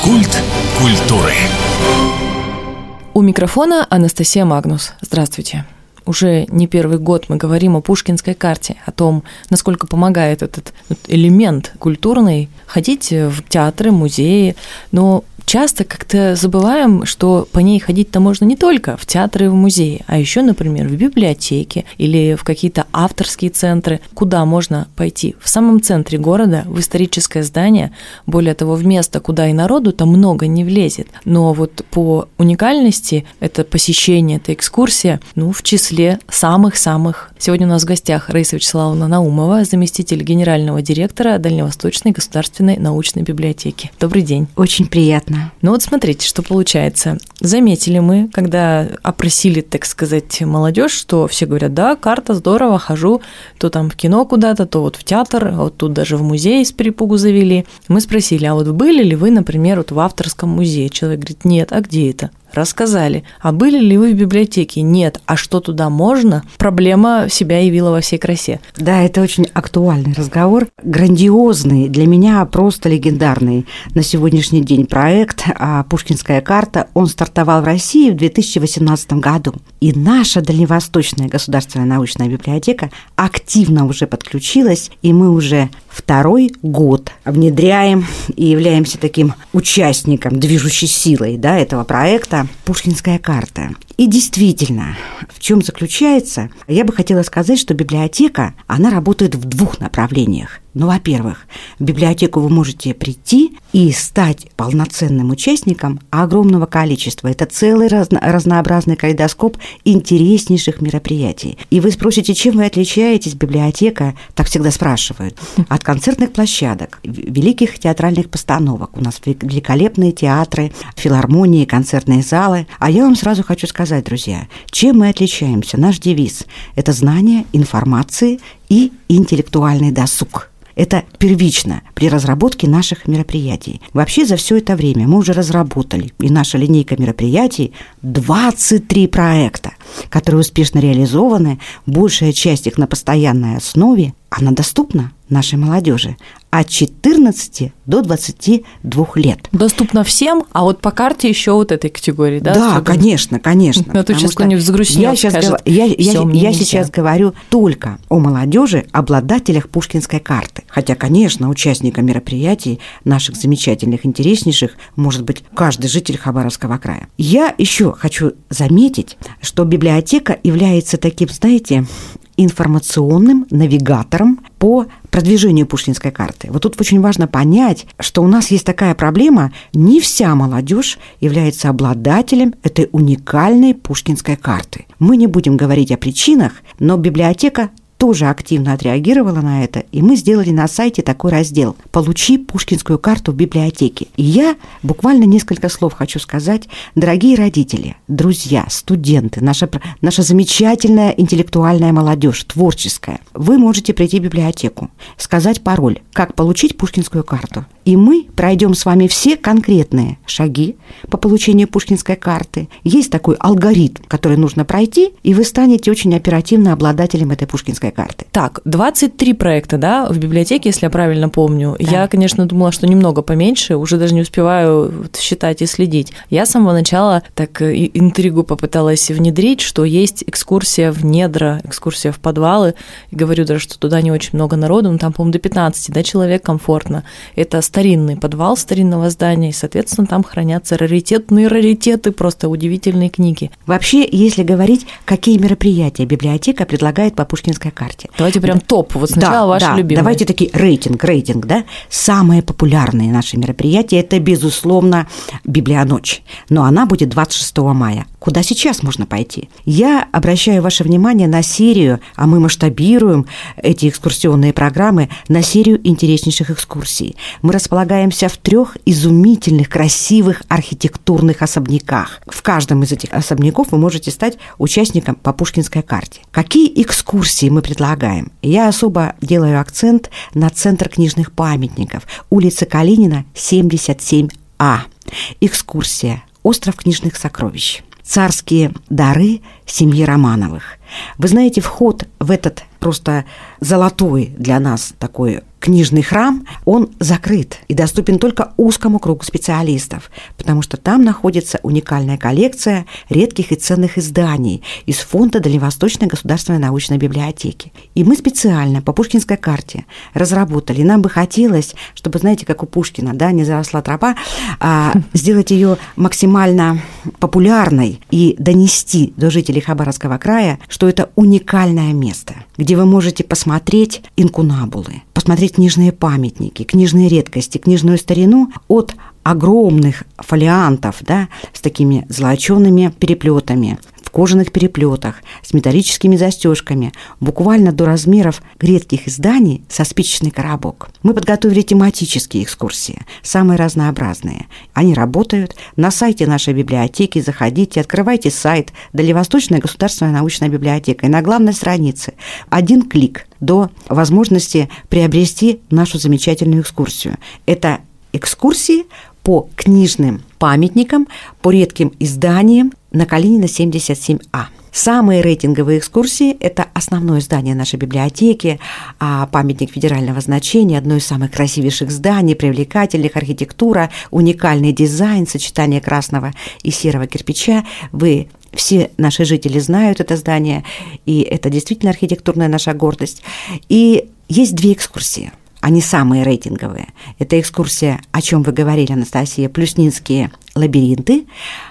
Культ культуры. У микрофона Анастасия Магнус. Здравствуйте. Уже не первый год мы говорим о Пушкинской карте, о том, насколько помогает этот элемент культурный ходить в театры, музеи, но часто как-то забываем, что по ней ходить-то можно не только в театры и в музеи, а еще, например, в библиотеки или в какие-то авторские центры. Куда можно пойти? В самом центре города, в историческое здание, более того, в место, куда и народу-то много не влезет. Но вот по уникальности это посещение, это экскурсия, в числе самых-самых. Сегодня у нас в гостях Раиса Вячеславовна Наумова, заместитель генерального директора Дальневосточной государственной научной библиотеки. Добрый день. Очень приятно. Смотрите, что получается. Заметили мы, когда опросили, так сказать, молодежь, что все говорят: да, карта, здорово, хожу, то там в кино куда-то, то вот в театр, а вот тут даже в музей с перепугу завели. Мы спросили: а вот были ли вы, например, в авторском музее? Человек говорит: нет, а где это? Рассказали. А были ли вы в библиотеке? Нет. А что туда можно? Проблема себя явила во всей красе. Да, это очень актуальный разговор, грандиозный, для меня просто легендарный на сегодняшний день проект «Пушкинская карта». Он стартовал в России в 2018 году. И наша Дальневосточная государственная научная библиотека активно уже подключилась, и мы уже второй год внедряем и являемся таким участником, движущей силой этого проекта «Пушкинская карта». И действительно, в чем заключается? Я бы хотела сказать, что библиотека, она работает в двух направлениях. Во-первых, в библиотеку вы можете прийти и стать полноценным участником огромного количества. Это целый разнообразный калейдоскоп интереснейших мероприятий. И вы спросите, чем вы отличаетесь, библиотека, так всегда спрашивают, от концертных площадок, великих театральных постановок. У нас великолепные театры, филармонии, концертные залы. А я вам сразу хочу сказать, друзья, чем мы отличаемся? Наш девиз – это знание, информации и интеллектуальный досуг. Это первично при разработке наших мероприятий. Вообще за все это время мы уже разработали, и наша линейка мероприятий 23 проекта, которые успешно реализованы, большая часть их на постоянной основе, она доступна нашей молодежи от 14 до 22 лет. Доступно всем, а вот по карте еще вот этой категории, да? Да, конечно. А то сейчас кто-нибудь взгрустнет, скажет: я сейчас говорю только о молодежи, обладателях Пушкинской карты. Хотя, конечно, участником мероприятий наших замечательных, интереснейших может быть каждый житель Хабаровского края. Я еще хочу заметить, что библиотека является таким, информационным навигатором по продвижению Пушкинской карты. Вот тут очень важно понять, что у нас есть такая проблема: не вся молодежь является обладателем этой уникальной Пушкинской карты. Мы не будем говорить о причинах, но библиотека тоже активно отреагировала на это, и мы сделали на сайте такой раздел «Получи Пушкинскую карту в библиотеке». И я буквально несколько слов хочу сказать. Дорогие родители, друзья, студенты, наша замечательная интеллектуальная молодежь, творческая, вы можете прийти в библиотеку, сказать пароль «Как получить Пушкинскую карту». И мы пройдем с вами все конкретные шаги по получению Пушкинской карты. Есть такой алгоритм, который нужно пройти, и вы станете очень оперативно обладателем этой Пушкинской карты. Так, 23 проекта, да, в библиотеке, если я правильно помню. Да. Я, конечно, думала, что немного поменьше, уже даже не успеваю считать и следить. Я с самого начала так интригу попыталась внедрить, что есть экскурсия в недра, экскурсия в подвалы. И говорю даже, что туда не очень много народу, но там, по-моему, до 15, человек комфортно. Это старинный подвал старинного здания, и, соответственно, там хранятся раритеты, просто удивительные книги. Вообще, если говорить, какие мероприятия библиотека предлагает по Пушкинской карте. Давайте прям топ. Вот сначала ваши любимые. Давайте такие рейтинг, да. Самые популярные наши мероприятия – это, безусловно, Библионочь. Но она будет 26 мая. Куда сейчас можно пойти? Я обращаю ваше внимание на серию, а мы масштабируем эти экскурсионные программы, на серию интереснейших экскурсий. Мы располагаемся в 3 изумительных, красивых архитектурных особняках. В каждом из этих особняков вы можете стать участником по Пушкинской карте. Какие экскурсии мы предлагаем? Я особо делаю акцент на Центр книжных памятников, улица Калинина, 77А. Экскурсия «Остров книжных сокровищ». Царские дары семьи Романовых. Вы знаете, вход в этот просто золотой для нас такой книжный храм, он закрыт и доступен только узкому кругу специалистов, потому что там находится уникальная коллекция редких и ценных изданий из фонда Дальневосточной государственной научной библиотеки. И мы специально по Пушкинской карте разработали. Нам бы хотелось, чтобы, знаете, как у Пушкина, да, не заросла тропа, сделать ее максимально популярной и донести до жителей Хабаровского края, что это уникальное место, где вы можете посмотреть инкунабулы, посмотреть книжные памятники, книжные редкости, книжную старину от огромных фолиантов, да, с такими золочеными переплетами, в кожаных переплетах, с металлическими застежками, буквально до размеров редких изданий со спичечный коробок. Мы подготовили тематические экскурсии, самые разнообразные. Они работают на сайте нашей библиотеки. Заходите, открывайте сайт Дальневосточная государственная научная библиотека. И на главной странице один клик до возможности приобрести нашу замечательную экскурсию. Это экскурсии по книжным памятникам, по редким изданиям на Калинина 77А. Самые рейтинговые экскурсии – это основное здание нашей библиотеки, памятник федерального значения, одно из самых красивейших зданий, привлекательных, архитектура, уникальный дизайн, сочетание красного и серого кирпича. Вы все наши жители знают это здание, и это действительно архитектурная наша гордость. И есть две экскурсии. Они самые рейтинговые. Это экскурсия, о чем вы говорили, Анастасия, Плюснинские лабиринты.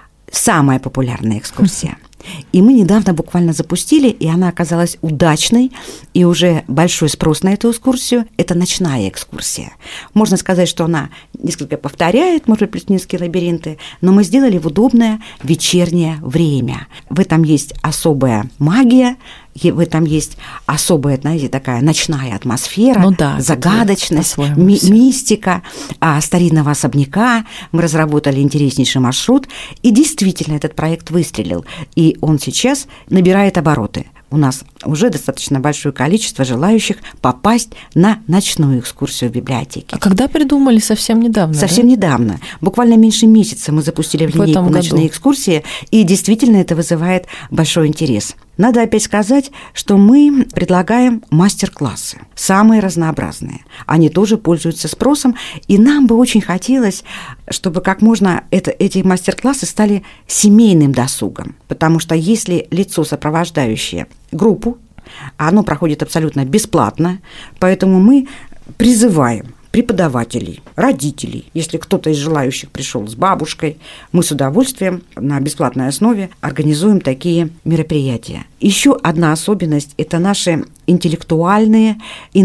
Самая популярная экскурсия. И мы недавно буквально запустили, и она оказалась удачной, и уже большой спрос на эту экскурсию. Это ночная экскурсия. Можно сказать, что она несколько повторяет, может быть, Плюснинские лабиринты, но мы сделали в удобное вечернее время. В этом есть особая магия, в этом есть особая, знаете, такая ночная атмосфера, загадочность, мистика старинного особняка. Мы разработали интереснейший маршрут, и действительно этот проект выстрелил, и он сейчас набирает обороты. У нас уже достаточно большое количество желающих попасть на ночную экскурсию в библиотеке. А когда придумали? Совсем недавно, Совсем недавно. Буквально меньше месяца мы запустили в линейку ночные экскурсии, и действительно это вызывает большой интерес. Надо опять сказать, что мы предлагаем мастер-классы, самые разнообразные. Они тоже пользуются спросом, и нам бы очень хотелось, чтобы как можно эти мастер-классы стали семейным досугом, потому что если лицо, сопровождающее группу, оно проходит абсолютно бесплатно, поэтому мы призываем преподавателей, родителей. Если кто-то из желающих пришел с бабушкой, мы с удовольствием на бесплатной основе организуем такие мероприятия. Еще одна особенность – это наши интерактивные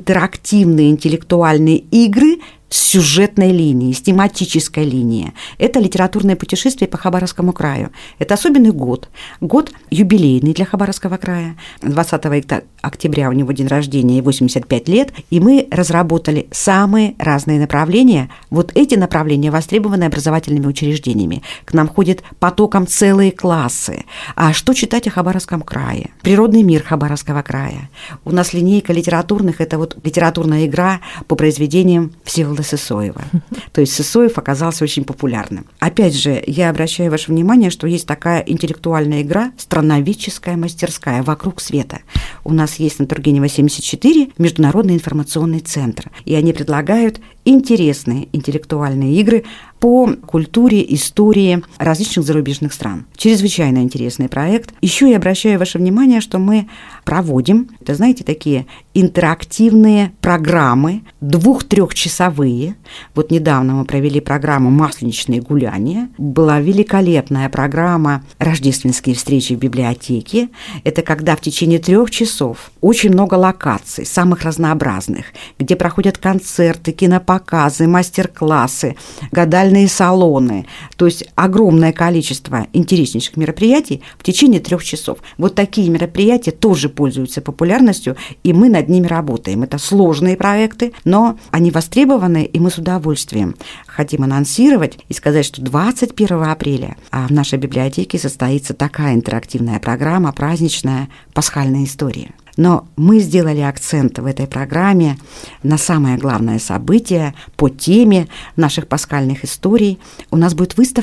интеллектуальные игры с сюжетной линией, с тематической линией. Это литературное путешествие по Хабаровскому краю. Это особенный год юбилейный для Хабаровского края. 20 октября у него день рождения и 85 лет, и мы разработали самые разные направления. Вот эти направления востребованы образовательными учреждениями. К нам ходят потоком целые классы. А что читать о Хабаровском крае? Природный мир Хабаровского края. У нас линейка литературных – это вот литературная игра по произведениям Всеволода Сысоева. То есть Сысоев оказался очень популярным. Опять же, я обращаю ваше внимание, что есть такая интеллектуальная игра «Страноведческая мастерская. Вокруг света». У нас есть на Тургенева 74 Международный информационный центр. И они предлагают интересные интеллектуальные игры по культуре, истории различных зарубежных стран. Чрезвычайно интересный проект. Еще я обращаю ваше внимание, что мы проводим, это, знаете, такие интерактивные программы, 2-3-часовые. Вот недавно мы провели программу «Масленичные гуляния». Была великолепная программа «Рождественские встречи в библиотеке». Это когда в течение 3 часов очень много локаций, самых разнообразных, где проходят концерты, кинопоказы, мастер-классы, гадальные салоны. То есть огромное количество интереснейших мероприятий в течение 3 часов. Вот такие мероприятия тоже пользуются популярностью, и мы над ними работаем. Это сложные проекты, но они востребованы, и мы с удовольствием хотим анонсировать и сказать, что 21 апреля в нашей библиотеке состоится такая интерактивная программа, праздничная «Пасхальная история». Но мы сделали акцент в этой программе на самое главное событие по теме наших пасхальных историй. У нас будет выставка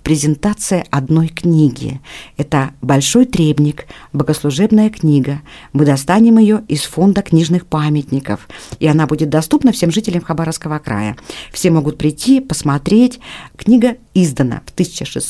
презентация одной книги. Это большой требник, богослужебная книга. Мы достанем ее из фонда книжных памятников, и она будет доступна всем жителям Хабаровского края. Все могут прийти, посмотреть. Книга издана в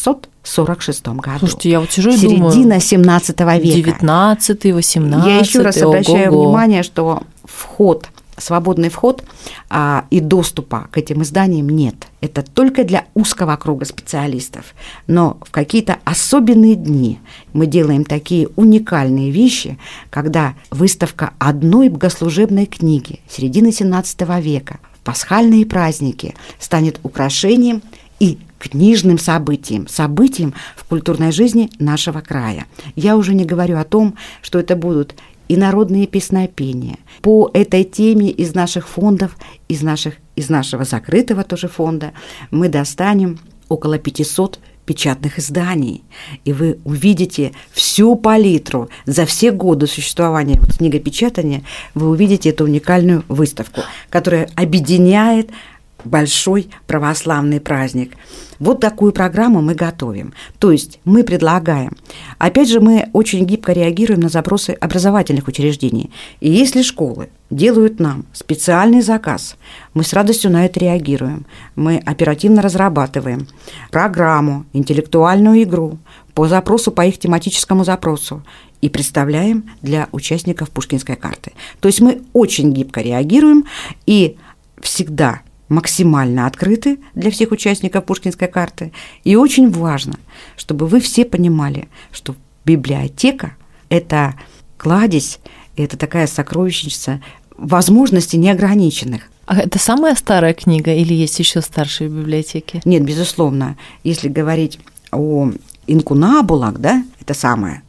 1646 году. Слушайте, я вот сижу и думаю... Середина 17 века. 19-й, 18-й. Я еще раз обращаю внимание, что свободный вход и доступа к этим изданиям нет. Это только для узкого круга специалистов. Но в какие-то особенные дни мы делаем такие уникальные вещи, когда выставка одной богослужебной книги середины 17 века в пасхальные праздники станет украшением и книжным событием в культурной жизни нашего края. Я уже не говорю о том, что это будут и народные песнопения. По этой теме из наших фондов, из нашего закрытого тоже фонда мы достанем около 500 печатных изданий. И вы увидите всю палитру за все годы существования книгопечатания, вы увидите эту уникальную выставку, которая объединяет большой православный праздник. Вот такую программу мы готовим. То есть мы предлагаем. Опять же, мы очень гибко реагируем на запросы образовательных учреждений. И если школы делают нам специальный заказ, мы с радостью на это реагируем. Мы оперативно разрабатываем программу, интеллектуальную игру по запросу, по их тематическому запросу и представляем для участников Пушкинской карты. То есть мы очень гибко реагируем и всегда максимально открыты для всех участников Пушкинской карты. И очень важно, чтобы вы все понимали, что библиотека – это кладезь, это такая сокровищница возможностей неограниченных. А это самая старая книга или есть еще старшие библиотеки? Нет, безусловно. Если говорить о инкунабулах, да, это самое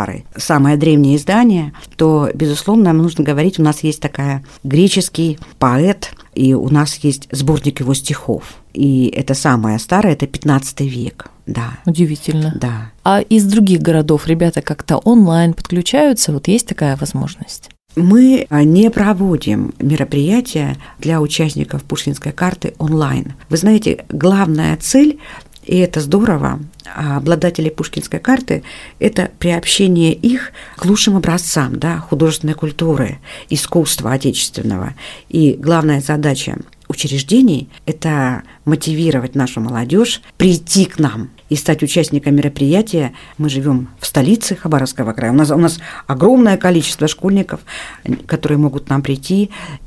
древнее издание, то, безусловно, нам нужно говорить, у нас есть такая греческий поэт, и у нас есть сборник его стихов. И это самое старое, это 15 век. Да. Удивительно. Да. А из других городов ребята как-то онлайн подключаются? Вот есть такая возможность? Мы не проводим мероприятия для участников Пушкинской карты онлайн. Вы знаете, главная цель, и это здорово, обладателей Пушкинской карты – это приобщение их к лучшим образцам, да, художественной культуры, искусства отечественного. И главная задача учреждений – это мотивировать нашу молодежь прийти к нам и стать участником мероприятия. Мы живем в столице Хабаровского края. У нас огромное количество школьников, которые могут к нам прийти.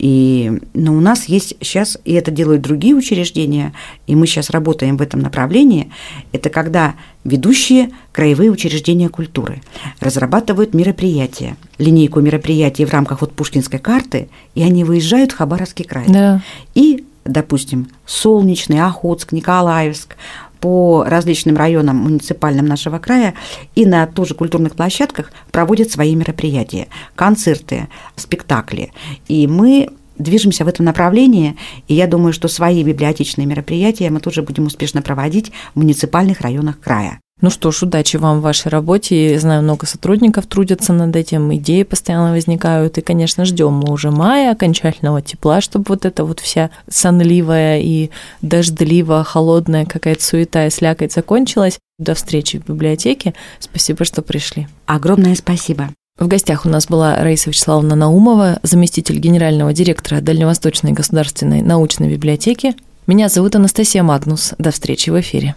Но у нас есть сейчас, и это делают другие учреждения, и мы сейчас работаем в этом направлении, это когда ведущие краевые учреждения культуры разрабатывают мероприятия, линейку мероприятий в рамках Пушкинской карты, и они выезжают в Хабаровский край. Да. И, допустим, Солнечный, Охотск, Николаевск, по различным районам муниципальным нашего края и на тоже культурных площадках проводят свои мероприятия, концерты, спектакли. И мы движемся в этом направлении, и я думаю, что свои библиотечные мероприятия мы тоже будем успешно проводить в муниципальных районах края. Ну что ж, удачи вам в вашей работе. Я знаю, много сотрудников трудятся над этим, идеи постоянно возникают. И, конечно, ждем мы уже мая, окончательного тепла, чтобы эта вся сонливая и дождливая, холодная какая-то суета и слякоть закончилась. До встречи в библиотеке. Спасибо, что пришли. Огромное спасибо. В гостях у нас была Раиса Вячеславовна Наумова, заместитель генерального директора Дальневосточной государственной научной библиотеки. Меня зовут Анастасия Магнус. До встречи в эфире.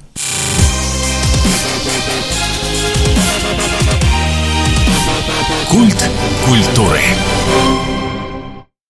Культ культуры.